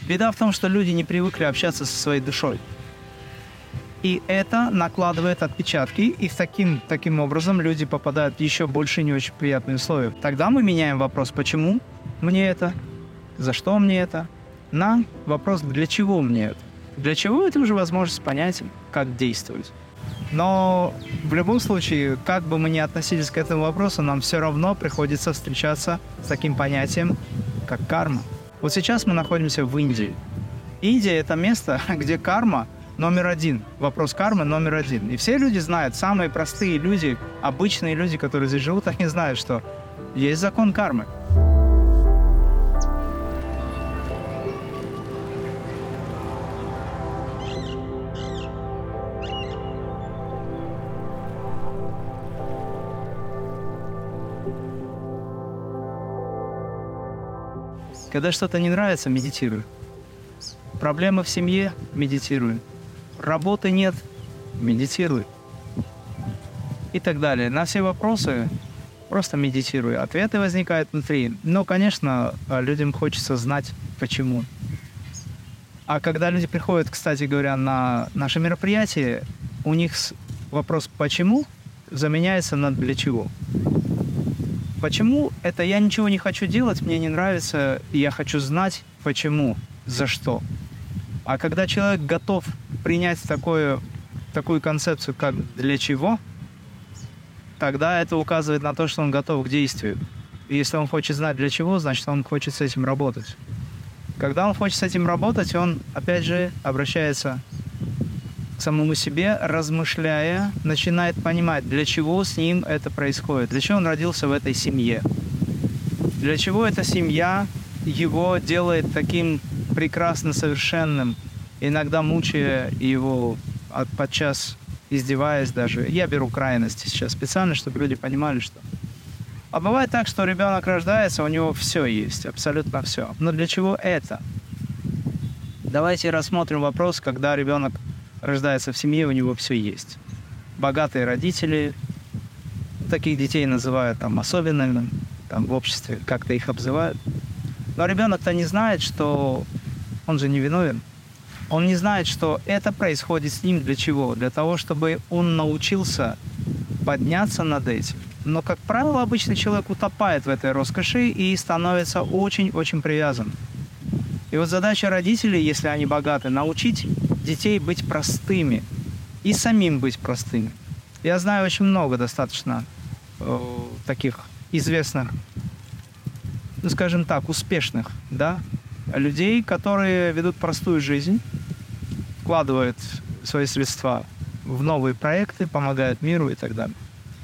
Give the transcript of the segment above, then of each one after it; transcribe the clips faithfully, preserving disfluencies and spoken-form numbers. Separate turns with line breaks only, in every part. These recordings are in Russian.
Беда в том, что люди не привыкли общаться со своей душой. И это накладывает отпечатки, и таким, таким образом люди попадают в еще больше не очень приятные условия. Тогда мы меняем вопрос «почему мне это?», «за что мне это?», на вопрос «для чего мне это?». Для чего это уже возможность понять, как действовать. Но в любом случае, как бы мы ни относились к этому вопросу, нам все равно приходится встречаться с таким понятием, как карма. Вот сейчас мы находимся в Индии. Индия – это место, где карма номер один. Вопрос кармы номер один. И все люди знают, самые простые люди, обычные люди, которые здесь живут, они знают, что есть закон кармы. Когда что-то не нравится, медитируй. Проблемы в семье – медитируй. Работы нет – медитируй. И так далее. На все вопросы просто медитируй. Ответы возникают внутри. Но, конечно, людям хочется знать, почему. А когда люди приходят, кстати говоря, на наше мероприятие, у них вопрос «почему?» заменяется на «для чего?». Почему? Это я ничего не хочу делать, мне не нравится, и я хочу знать, почему, за что. А когда человек готов принять такую, такую концепцию, как «для чего?», тогда это указывает на то, что он готов к действию. И если он хочет знать для чего, значит, он хочет с этим работать. Когда он хочет с этим работать, он, опять же, обращается к самому себе, размышляя, начинает понимать, для чего с ним это происходит, для чего он родился в этой семье, для чего эта семья его делает таким прекрасно совершенным, иногда мучая его, подчас издеваясь даже. Я беру крайности сейчас специально, чтобы люди понимали, что... А бывает так, что ребенок рождается, у него все есть, абсолютно все. Но для чего это? Давайте рассмотрим вопрос, когда ребенок рождается в семье, у него все есть. Богатые родители, таких детей называют там особенными, там в обществе как-то их обзывают. Но ребенок-то не знает, что он же не виновен. Он не знает, что это происходит с ним для чего? Для того, чтобы он научился подняться над этим. Но, как правило, обычный человек утопает в этой роскоши и становится очень-очень привязан. И вот задача родителей, если они богаты, научить детей быть простыми и самим быть простыми. Я знаю очень много достаточно э, таких известных, ну, скажем так, успешных, да, людей, которые ведут простую жизнь, вкладывают свои средства в новые проекты, помогают миру и так далее.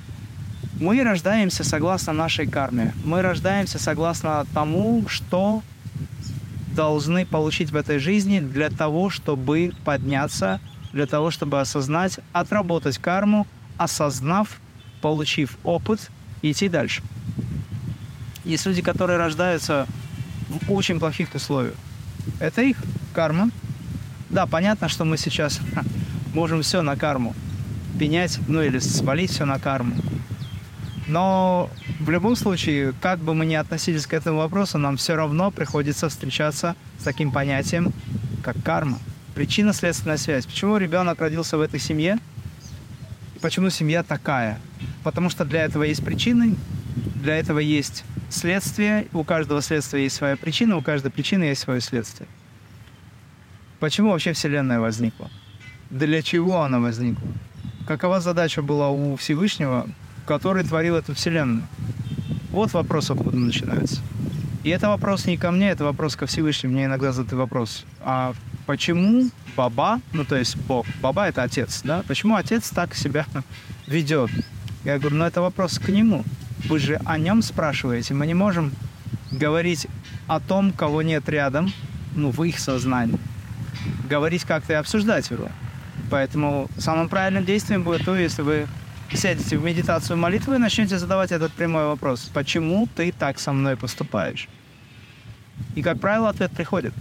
Мы рождаемся согласно нашей карме. Мы рождаемся согласно тому, что должны получить в этой жизни для того, чтобы подняться, для того, чтобы осознать, отработать карму, осознав, получив опыт, идти дальше. Есть люди, которые рождаются в очень плохих условиях. Это их карма. Да, понятно, что мы сейчас можем все на карму пенять, ну или свалить все на карму. Но в любом случае, как бы мы ни относились к этому вопросу, нам все равно приходится встречаться с таким понятием, как карма. Причинно-следственная связь. Почему ребенок родился в этой семье? И почему семья такая? Потому что для этого есть причины, для этого есть следствие. У каждого следствия есть своя причина, у каждой причины есть свое следствие. Почему вообще Вселенная возникла? Для чего она возникла? Какова задача была у Всевышнего, который творил эту Вселенную? Вот вопрос откуда начинается. И это вопрос не ко мне, это вопрос ко Всевышнему. Мне иногда задают вопрос, а почему Баба, ну то есть Бог, Баба это отец, да? Почему отец так себя ведет? Я говорю, ну это вопрос к нему. Вы же о нем спрашиваете. Мы не можем говорить о том, кого нет рядом, ну в их сознании. Говорить как-то и обсуждать его. Поэтому самым правильным действием будет то, если вы сядете в медитацию молитвы и начнете задавать этот прямой вопрос. Почему ты так со мной поступаешь? И, как правило, ответ приходит.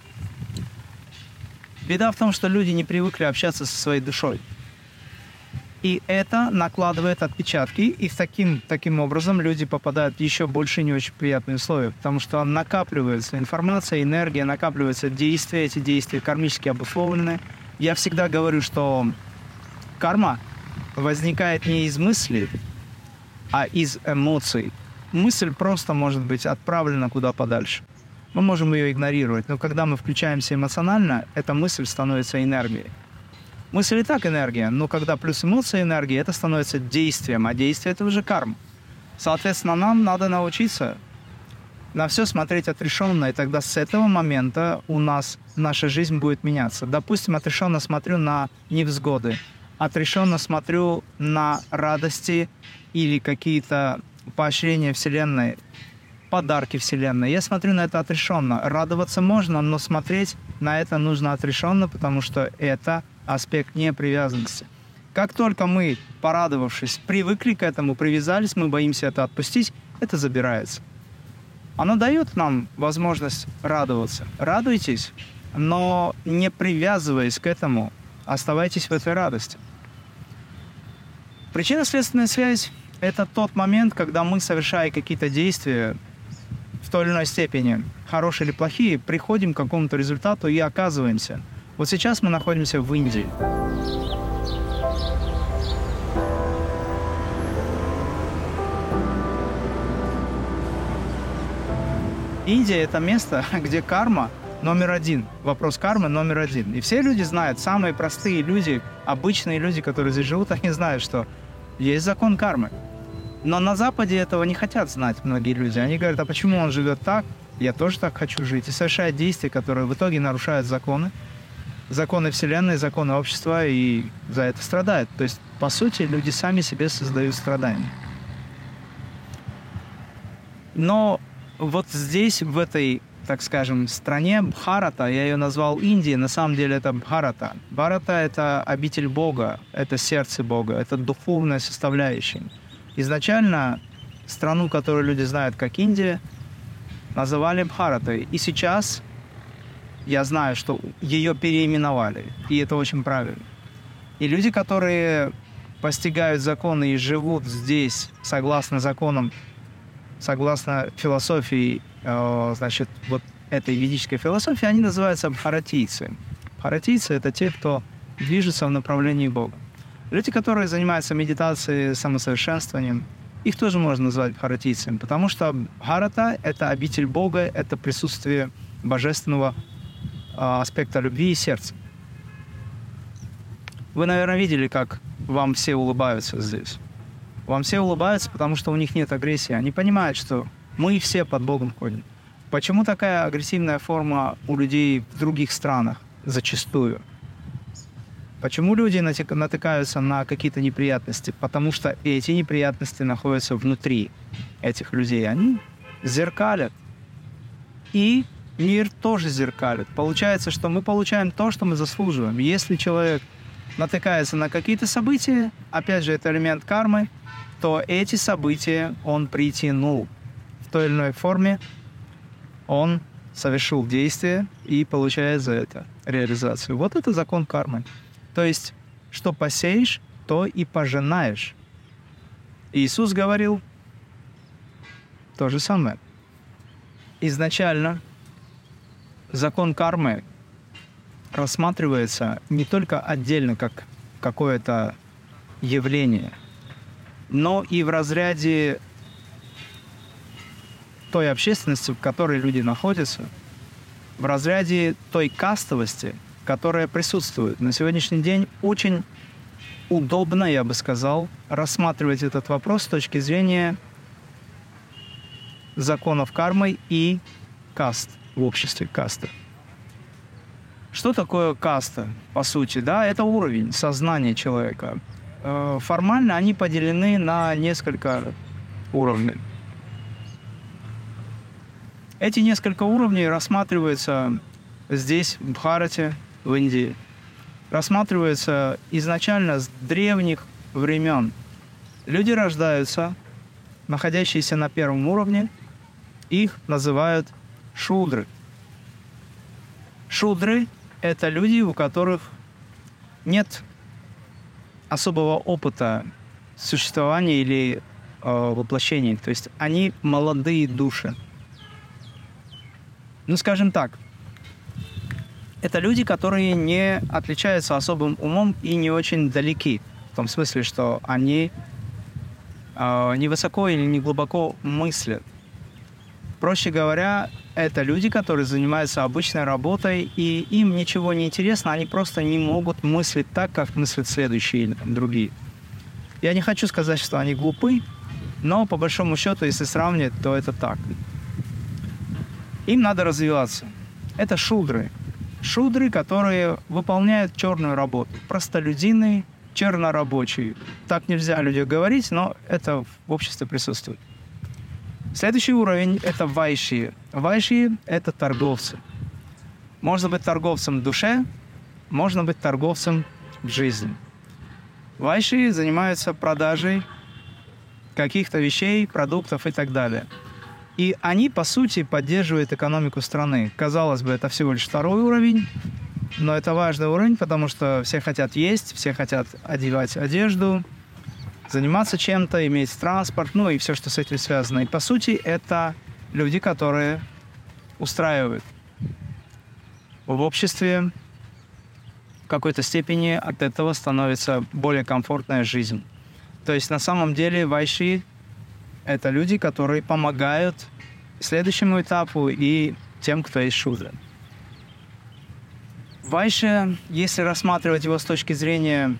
Беда в том, что люди не привыкли общаться со своей душой. И это накладывает отпечатки, и в таким, таким образом люди попадают в еще больше не очень приятные условия, потому что накапливается информация, энергия, накапливаются действия, эти действия кармически обусловлены. Я всегда говорю, что карма возникает не из мыслей, а из эмоций. Мысль просто может быть отправлена куда подальше. Мы можем ее игнорировать, но когда мы включаемся эмоционально, эта мысль становится энергией. Мысль и так энергия, но когда плюс эмоция энергии, это становится действием, а действие – это уже карма. Соответственно, нам надо научиться на все смотреть отрешенно, и тогда с этого момента у нас наша жизнь будет меняться. Допустим, отрешенно смотрю на невзгоды, отрешенно смотрю на радости или какие-то поощрения Вселенной, подарки Вселенной. Я смотрю на это отрешенно. Радоваться можно, но смотреть на это нужно отрешенно, потому что это аспект непривязанности. Как только мы, порадовавшись, привыкли к этому, привязались, мы боимся это отпустить, это забирается. Оно дает нам возможность радоваться. Радуйтесь, но не привязываясь к этому, оставайтесь в этой радости. Причинно-следственная связь – это тот момент, когда мы, совершая какие-то действия, в той или иной степени, хорошие или плохие, приходим к какому-то результату и оказываемся. Вот сейчас мы находимся в Индии. Индия – это место, где карма номер один. Вопрос кармы номер один. И все люди знают, самые простые люди, обычные люди, которые здесь живут, они знают, что есть закон кармы. Но на Западе этого не хотят знать многие люди. Они говорят, а почему он живет так? Я тоже так хочу жить. И совершают действия, которые в итоге нарушают законы. Законы Вселенной, законы общества, и за это страдают. То есть, по сути, люди сами себе создают страдания. Но вот здесь, в этой, так скажем, стране Бхарата, я ее назвал Индией, на самом деле это Бхарата. Бхарата – это обитель Бога, это сердце Бога, это духовная составляющая. Изначально страну, которую люди знают как Индия, называли Бхаратой. И сейчас я знаю, что ее переименовали, и это очень правильно. И люди, которые постигают законы и живут здесь согласно законам, согласно философии, э, значит, вот этой ведической философии, они называются бхаратийцы. Бхаратийцы – это те, кто движется в направлении Бога. Люди, которые занимаются медитацией, самосовершенствованием, их тоже можно назвать бхаратийцами, потому что Бхарата – это обитель Бога, это присутствие божественного аспекта любви и сердца. Вы, наверное, видели, как вам все улыбаются здесь. Вам все улыбаются, потому что у них нет агрессии. Они понимают, что мы все под Богом ходим. Почему такая агрессивная форма у людей в других странах зачастую? Почему люди натыкаются на какие-то неприятности? Потому что эти неприятности находятся внутри этих людей. Они зеркалят. И мир тоже зеркалит. Получается, что мы получаем то, что мы заслуживаем. Если человек натыкается на какие-то события, опять же, это элемент кармы, то эти события он притянул. В той или иной форме он совершил действие и получает за это реализацию. Вот это закон кармы. То есть, что посеешь, то и пожинаешь. Иисус говорил то же самое. Изначально закон кармы рассматривается не только отдельно как какое-то явление, но и в разряде той общественности, в которой люди находятся, в разряде той кастовости, которая присутствует. На сегодняшний день очень удобно, я бы сказал, рассматривать этот вопрос с точки зрения законов кармы и каст в обществе, каста. Что такое каста, по сути? Да, это уровень сознания человека. Формально они поделены на несколько уровней. Эти несколько уровней рассматриваются здесь, в Бхарате, в Индии. Рассматриваются изначально с древних времен. Люди рождаются, находящиеся на первом уровне, их называют шудры. Шудры – это люди, у которых нет особого опыта существования или э, воплощения. То есть они молодые души. Ну, скажем так, это люди, которые не отличаются особым умом и не очень далеки. В том смысле, что они э, не высоко или не глубоко мыслят. Проще говоря, это люди, которые занимаются обычной работой, и им ничего не интересно, они просто не могут мыслить так, как мыслят следующие или там, другие. Я не хочу сказать, что они глупы, но по большому счету, если сравнивать, то это так. Им надо развиваться. Это шудры. Шудры, которые выполняют черную работу. Простолюдины, чернорабочие. Так нельзя о людях говорить, но это в обществе присутствует. Следующий уровень – это вайши. Вайши – это торговцы. Можно быть торговцем в душе, можно быть торговцем в жизни. Вайши занимаются продажей каких-то вещей, продуктов и так далее. И они, по сути, поддерживают экономику страны. Казалось бы, это всего лишь второй уровень, но это важный уровень, потому что все хотят есть, все хотят одевать одежду, заниматься чем-то, иметь транспорт, ну и все, что с этим связано. И, по сути, это люди, которые устраивают в обществе в какой-то степени от этого становится более комфортная жизнь. То есть, на самом деле, вайши – это люди, которые помогают следующему этапу и тем, кто есть шудра. Вайши, если рассматривать его с точки зрения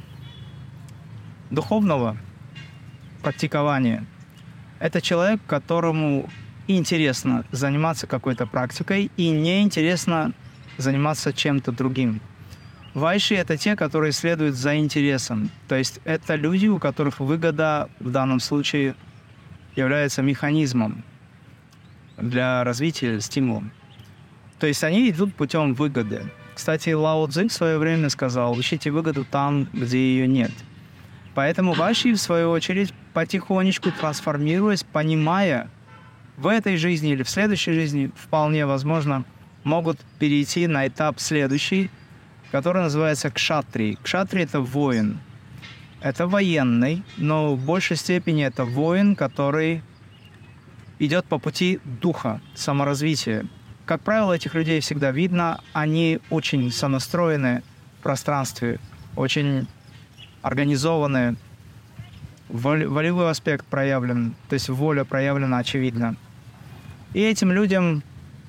духовного практикования, это человек, которому интересно заниматься какой-то практикой и неинтересно заниматься чем-то другим. Вайши – это те, которые следуют за интересом. То есть это люди, у которых выгода в данном случае является механизмом для развития, стимулом. То есть они идут путем выгоды. Кстати, Лао Цзы в свое время сказал: ищите выгоду там, где ее нет. Поэтому вайши, в свою очередь, потихонечку трансформируясь, понимая, в этой жизни или в следующей жизни, вполне возможно, могут перейти на этап следующий, который называется кшатри. Кшатри – это воин. Это военный, но в большей степени это воин, который идет по пути духа, саморазвития. Как правило, этих людей всегда видно, они очень сонастроены в пространстве, очень организованные, волевой аспект проявлен, то есть воля проявлена очевидно. И этим людям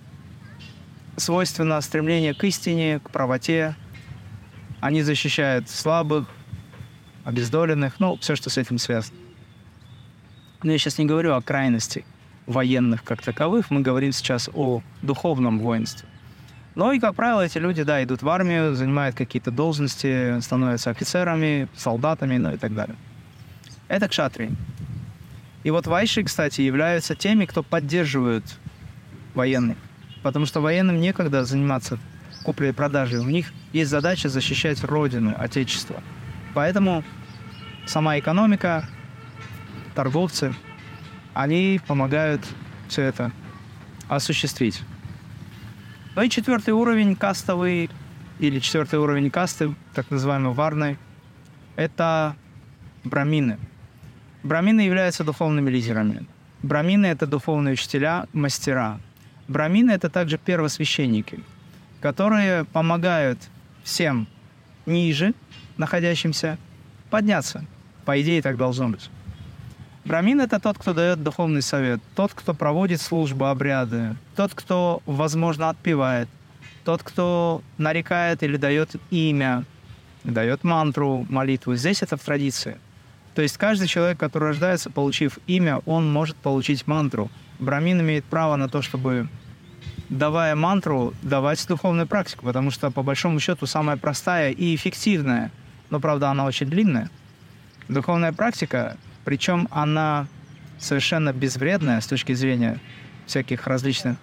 свойственно стремление к истине, к правоте. Они защищают слабых, обездоленных, ну, все, что с этим связано. Но я сейчас не говорю о крайности военных как таковых, мы говорим сейчас о духовном воинстве. Ну и, как правило, эти люди, да, идут в армию, занимают какие-то должности, становятся офицерами, солдатами, ну и так далее. Это кшатри. И вот вайши, кстати, являются теми, кто поддерживают военных. Потому что военным некогда заниматься куплей и продажей. У них есть задача защищать родину, отечество. Поэтому сама экономика, торговцы, они помогают все это осуществить. Ну и четвертый уровень кастовый, или четвертый уровень касты, так называемый варны, это брамины. Брамины являются духовными лидерами. Брамины – это духовные учителя, мастера. Брамины – это также первосвященники, которые помогают всем ниже находящимся подняться. По идее, так должно быть. Брамин – это тот, кто дает духовный совет, тот, кто проводит службы, обряды, тот, кто, возможно, отпевает, тот, кто нарекает или дает имя, дает мантру, молитву. Здесь это в традиции. То есть каждый человек, который рождается, получив имя, он может получить мантру. Брамин имеет право на то, чтобы, давая мантру, давать духовную практику, потому что, по большому счету, самая простая и эффективная, но, правда, она очень длинная, духовная практика, причем она совершенно безвредная с точки зрения всяких различных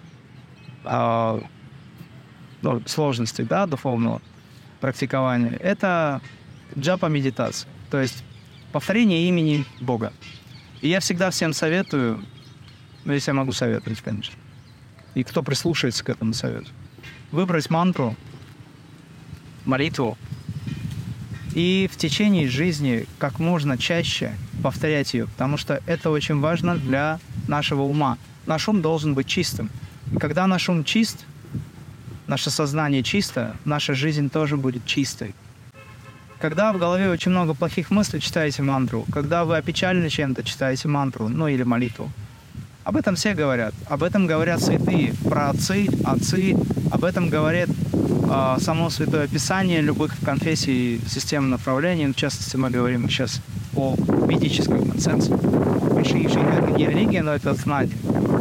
э, ну, сложностей, да, духовного практикования. Это джапа-медитация, то есть повторение имени Бога. И я всегда всем советую, ну, если я могу советовать, конечно, и кто прислушается к этому совету, выбрать мантру, молитву И в течение жизни как можно чаще повторять ее, потому что это очень важно для нашего ума. Наш ум должен быть чистым. И когда наш ум чист, наше сознание чисто, наша жизнь тоже будет чистой. Когда в голове очень много плохих мыслей, читаете мантру. Когда вы опечалены чем-то, читаете мантру, ну или молитву. Об этом все говорят. Об этом говорят святые, праотцы, отцы. Об этом говорит э, само Святое Писание любых конфессий, систем направлений. В частности, мы говорим сейчас о ведическом консенсусе. Высшая это не религия, но это знание.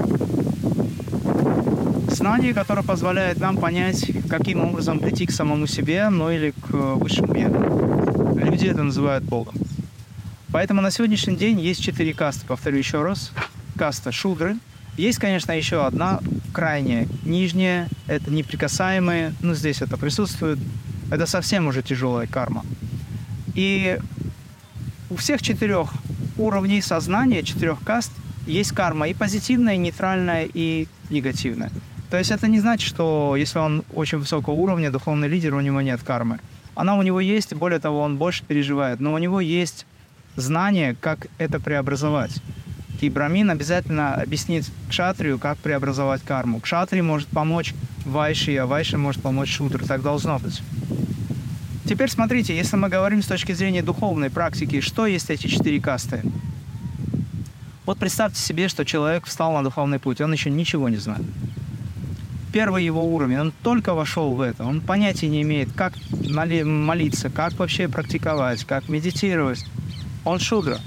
Знание, которое позволяет нам понять, каким образом прийти к самому себе, ну или к высшему я. Люди это называют Богом. Поэтому на сегодняшний день есть четыре касты. Повторю еще раз. Каста шудры. Есть, конечно, еще одна, крайняя, нижняя. Это неприкасаемые. Ну, здесь это присутствует. Это совсем уже тяжелая карма. И у всех четырех уровней сознания, четырех каст, есть карма и позитивная, и нейтральная, и негативная. То есть это не значит, что если он очень высокого уровня, духовный лидер, у него нет кармы. Она у него есть, более того, он больше переживает. Но у него есть знание, как это преобразовать. И брамин обязательно объяснит кшатрию, как преобразовать карму. Кшатри может помочь вайши, а вайши может помочь шудру. Так должно быть. Теперь смотрите, если мы говорим с точки зрения духовной практики, что есть эти четыре касты? Вот представьте себе, что человек встал на духовный путь, он еще ничего не знает. Первый его уровень, он только вошел в это, он понятия не имеет, как молиться, как вообще практиковать, как медитировать. Он шудра.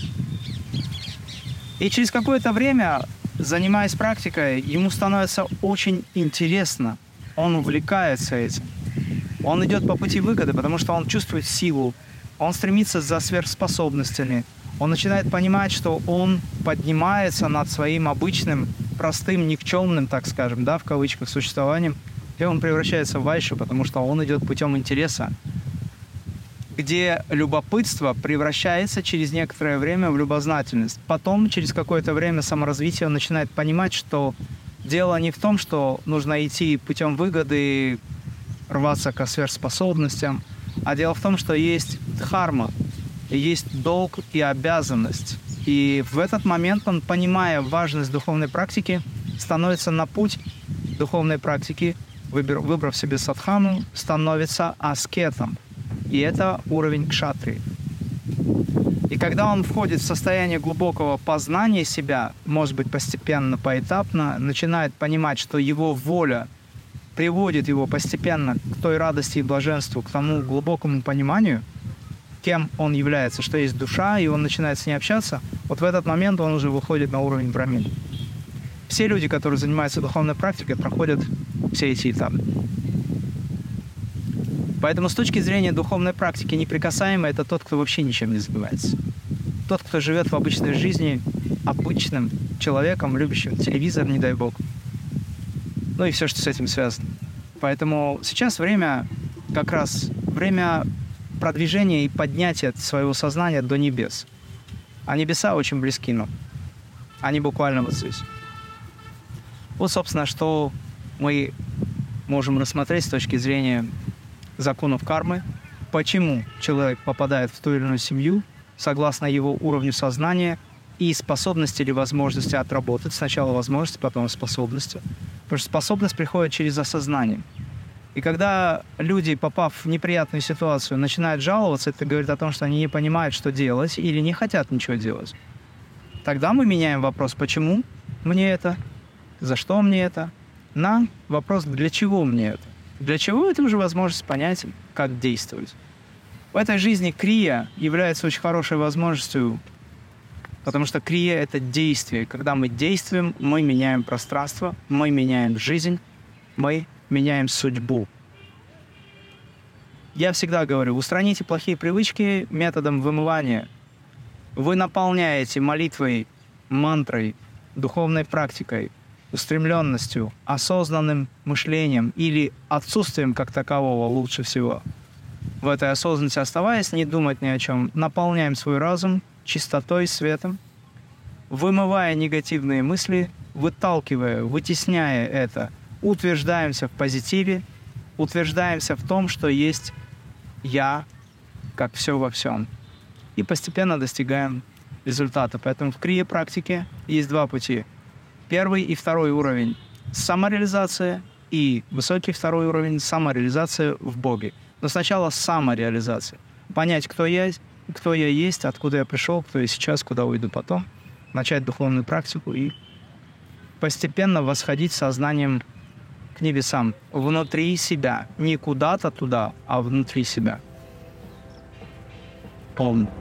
И через какое-то время, занимаясь практикой, ему становится очень интересно. Он увлекается этим. Он идет по пути выгоды, потому что он чувствует силу. Он стремится за сверхспособностями. Он начинает понимать, что он поднимается над своим обычным, простым, никчемным, так скажем, да, в кавычках, существованием. И он превращается в вайшу, потому что он идет путем интереса, где любопытство превращается через некоторое время в любознательность. Потом, через какое-то время саморазвития, он начинает понимать, что дело не в том, что нужно идти путем выгоды, рваться к сверхспособностям, а дело в том, что есть дхарма, есть долг и обязанность. И в этот момент он, понимая важность духовной практики, становится на путь духовной практики, выбрав себе садхану, становится аскетом. И это уровень кшатри. И когда он входит в состояние глубокого познания себя, может быть, постепенно, поэтапно, начинает понимать, что его воля приводит его постепенно к той радости и блаженству, к тому глубокому пониманию, кем он является, что есть душа, и он начинает с ней общаться, вот в этот момент он уже выходит на уровень брамин. Все люди, которые занимаются духовной практикой, проходят все эти этапы. Поэтому с точки зрения духовной практики неприкасаемый – это тот, кто вообще ничем не занимается. Тот, кто живет в обычной жизни обычным человеком, любящим телевизор, не дай бог. Ну и все, что с этим связано. Поэтому сейчас время, как раз время продвижения и поднятия своего сознания до небес. А небеса очень близки нам. Они буквально вот здесь. Вот, собственно, что мы можем рассмотреть с точки зрения законов кармы, почему человек попадает в ту или иную семью, согласно его уровню сознания и способности или возможности отработать. Сначала возможности, потом способности. Потому что способность приходит через осознание. И когда люди, попав в неприятную ситуацию, начинают жаловаться, это говорит о том, что они не понимают, что делать, или не хотят ничего делать. Тогда мы меняем вопрос, почему мне это, за что мне это, на вопрос, для чего мне это. Для чего это уже возможность понять, как действовать. В этой жизни крия является очень хорошей возможностью, потому что крия – это действие. Когда мы действуем, мы меняем пространство, мы меняем жизнь, мы меняем судьбу. Я всегда говорю, устраните плохие привычки методом вымывания. Вы наполняете молитвой, мантрой, духовной практикой, устремленностью, осознанным мышлением или отсутствием как такового лучше всего. В этой осознанности оставаясь, не думать ни о чем, наполняем свой разум чистотой, светом, вымывая негативные мысли, выталкивая, вытесняя это, утверждаемся в позитиве, утверждаемся в том, что есть «я», как все во всем. И постепенно достигаем результата. Поэтому в крия-практике есть два пути. Первый и второй уровень – самореализация, и высокий второй уровень – самореализация в Боге. Но сначала самореализация. Понять, кто я, кто я есть, откуда я пришел, кто я сейчас, куда уйду потом. Начать духовную практику и постепенно восходить сознанием к небесам, внутри себя. Не куда-то туда, а внутри себя. Полно.